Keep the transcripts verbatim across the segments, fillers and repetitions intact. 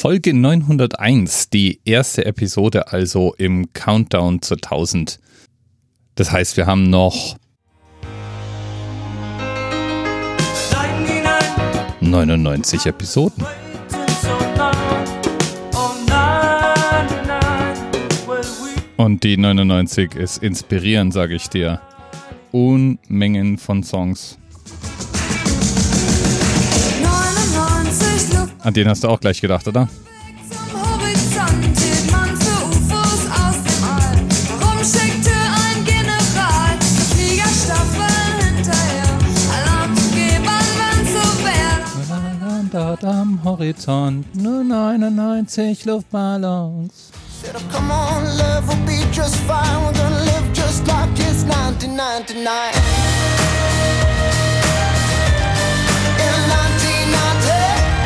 Folge neunhunderteins, die erste Episode also im Countdown zur tausend. Das heißt, wir haben noch neunundneunzig Episoden. Und die neunundneunzig ist inspirierend, sage ich dir. Unmengen von Songs. An den hast du auch gleich gedacht, oder? Dort am Horizont nur neunundneunzig Luftballons. Come on, love will be just fine. We're gonna live just like it's nineteen ninety-nine. In nineteen ninety.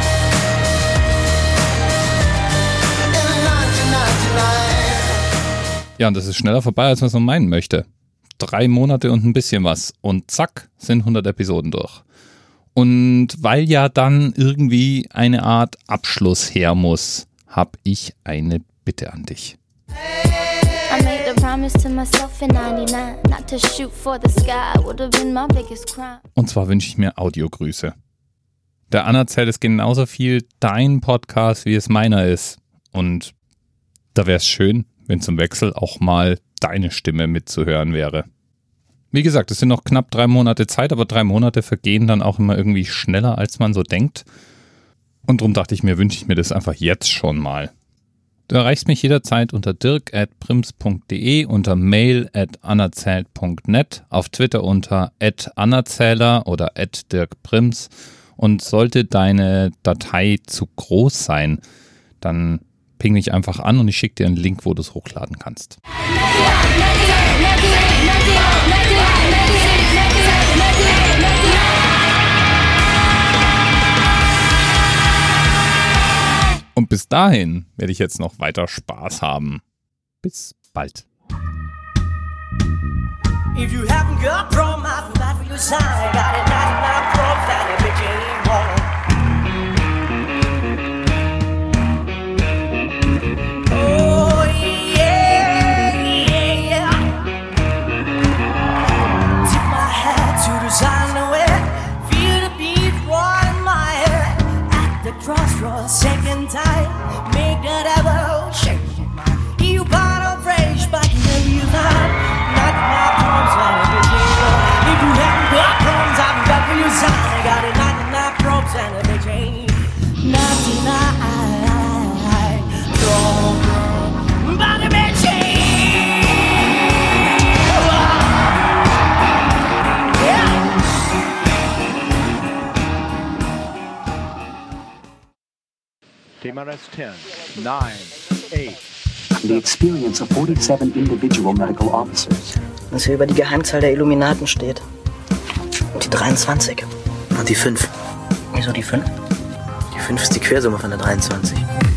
In nineteen ninety-nine. Ja, und das ist schneller vorbei, als man so meinen möchte. Drei Monate und ein bisschen was. Und zack, sind hundert Episoden durch. Und weil ja dann irgendwie eine Art Abschluss her muss, habe ich eine Bitte an dich. Und zwar wünsche ich mir Audiogrüße. Der Anerzählt ist genauso viel dein Podcast, wie es meiner ist. Und da wäre es schön, wenn zum Wechsel auch mal deine Stimme mitzuhören wäre. Wie gesagt, es sind noch knapp drei Monate Zeit, aber drei Monate vergehen dann auch immer irgendwie schneller, als man so denkt. Und darum dachte ich mir, wünsche ich mir das einfach jetzt schon mal. Du erreichst mich jederzeit unter dirk at prims punkt de, unter mail at anerzählt punkt net, auf Twitter unter at anerzähler oder at dirkprims. Und sollte deine Datei zu groß sein, dann ping mich einfach an und ich schicke dir einen Link, wo du es hochladen kannst. Und bis dahin werde ich jetzt noch weiter Spaß haben. Bis bald. If you haven't got prom, I feel bad for your side. Got it, ninety-nine prom, that a bitch ain't wrong. Oh yeah, yeah, yeah. Tip my hat to the side of it. Feel the beat right in my head. At the crossroads, second time, make that ever shake. You part of rage, but you never you find. Not my problems, not a big deal. If you haven't got problems, I'll be back for your side. I got it, ninety-nine problems and a big change. ninety-nine problems, but a big change. Yeah. T M R S ten, nine, eight. The experience of forty-seven individual medical officers. Was hier über die Geheimzahl der Illuminaten steht. Und die dreiundzwanzig. Und die fünf. Wieso die fünf? Die fünf ist die Quersumme von der dreiundzwanzig.